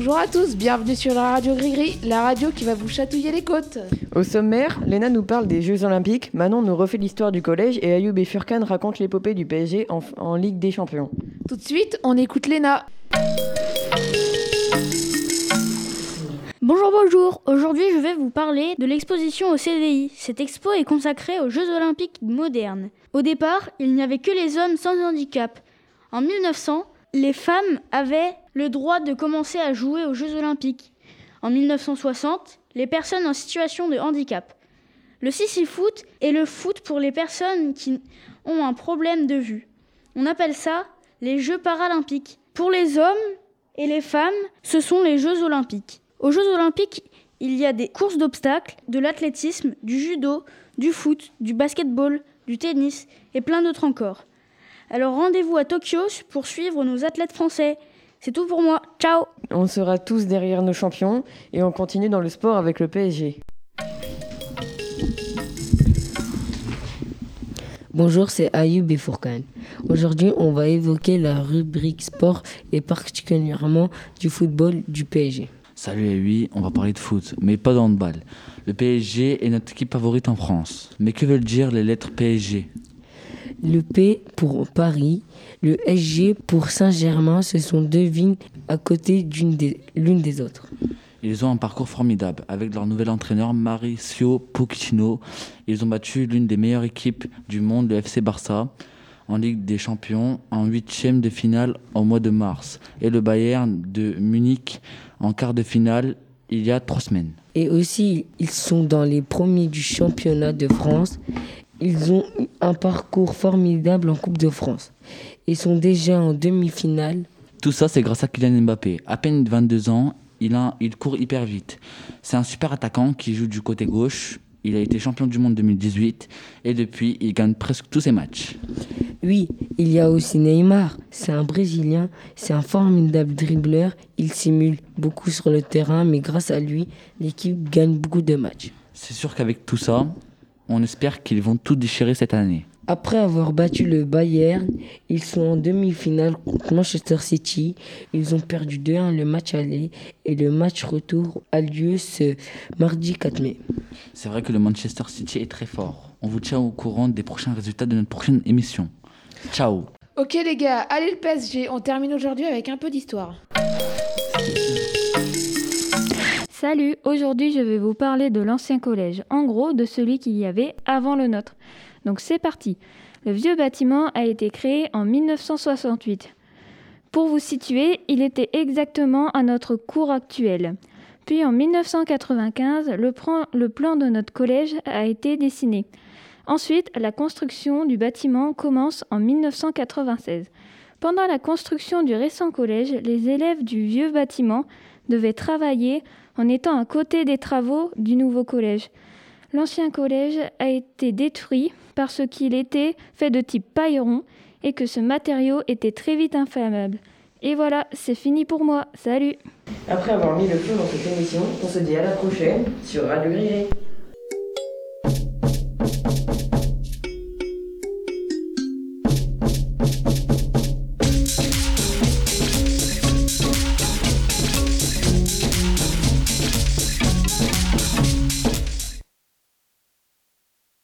Bonjour à tous, bienvenue sur la radio Gris-Gris, la radio qui va vous chatouiller les côtes. Au sommaire, Léna nous parle des Jeux Olympiques, Manon nous refait l'histoire du collège et Ayoub et Furkan racontent l'épopée du PSG en Ligue des Champions. Tout de suite, on écoute Léna. Bonjour, aujourd'hui je vais vous parler de l'exposition au CDI. Cette expo est consacrée aux Jeux Olympiques modernes. Au départ, il n'y avait que les hommes sans handicap. En 1900, les femmes avaient le droit de commencer à jouer aux Jeux Olympiques. En 1960, les personnes en situation de handicap. Le sissi-foot est le foot pour les personnes qui ont un problème de vue. On appelle ça les Jeux paralympiques. Pour les hommes et les femmes, ce sont les Jeux olympiques. Aux Jeux olympiques, il y a des courses d'obstacles, de l'athlétisme, du judo, du foot, du basketball, du tennis et plein d'autres encore. Alors rendez-vous à Tokyo pour suivre nos athlètes français. C'est tout pour moi. Ciao! On sera tous derrière nos champions et on continue dans le sport avec le PSG. Bonjour, c'est Ayoub et Furkan. Aujourd'hui, on va évoquer la rubrique sport et particulièrement du football du PSG. Salut et oui, on va parler de foot, mais pas de handball. Le PSG est notre équipe favorite en France. Mais que veulent dire les lettres PSG ? Le P pour Paris, le SG pour Saint-Germain, ce sont deux villes à côté l'une des autres. Ils ont un parcours formidable. Avec leur nouvel entraîneur Mauricio Pochettino, ils ont battu l'une des meilleures équipes du monde, le FC Barça, en Ligue des Champions, en 8e de finale au mois de mars, et le Bayern de Munich en quart de finale il y a 3 semaines. Et aussi, ils sont dans les premiers du championnat de France. Ils ont un parcours formidable en Coupe de France et sont déjà en demi-finale. Tout ça, c'est grâce à Kylian Mbappé. À peine 22 ans, il court hyper vite. C'est un super attaquant qui joue du côté gauche. Il a été champion du monde 2018 et depuis, il gagne presque tous ses matchs. Oui, il y a aussi Neymar. C'est un Brésilien, c'est un formidable dribbleur. Il simule beaucoup sur le terrain, mais grâce à lui, l'équipe gagne beaucoup de matchs. C'est sûr qu'avec tout ça, on espère qu'ils vont tout déchirer cette année. Après avoir battu le Bayern, ils sont en demi-finale contre Manchester City. Ils ont perdu 2-1 le match aller et le match retour a lieu ce mardi 4 mai. C'est vrai que le Manchester City est très fort. On vous tient au courant des prochains résultats de notre prochaine émission. Ciao. Ok les gars, allez le PSG, on termine aujourd'hui avec un peu d'histoire. Salut, aujourd'hui je vais vous parler de l'ancien collège, en gros de celui qu'il y avait avant le nôtre. Donc c'est parti. Le vieux bâtiment a été créé en 1968. Pour vous situer, il était exactement à notre cour actuelle. Puis en 1995, le plan de notre collège a été dessiné. Ensuite, la construction du bâtiment commence en 1996. Pendant la construction du récent collège, les élèves du vieux bâtiment devaient travailler en étant à côté des travaux du nouveau collège. L'ancien collège a été détruit parce qu'il était fait de type pailleron et que ce matériau était très vite inflammable. Et voilà, c'est fini pour moi. Salut! Après avoir mis le feu dans cette émission, on se dit à la prochaine sur Radio Gris-Gris.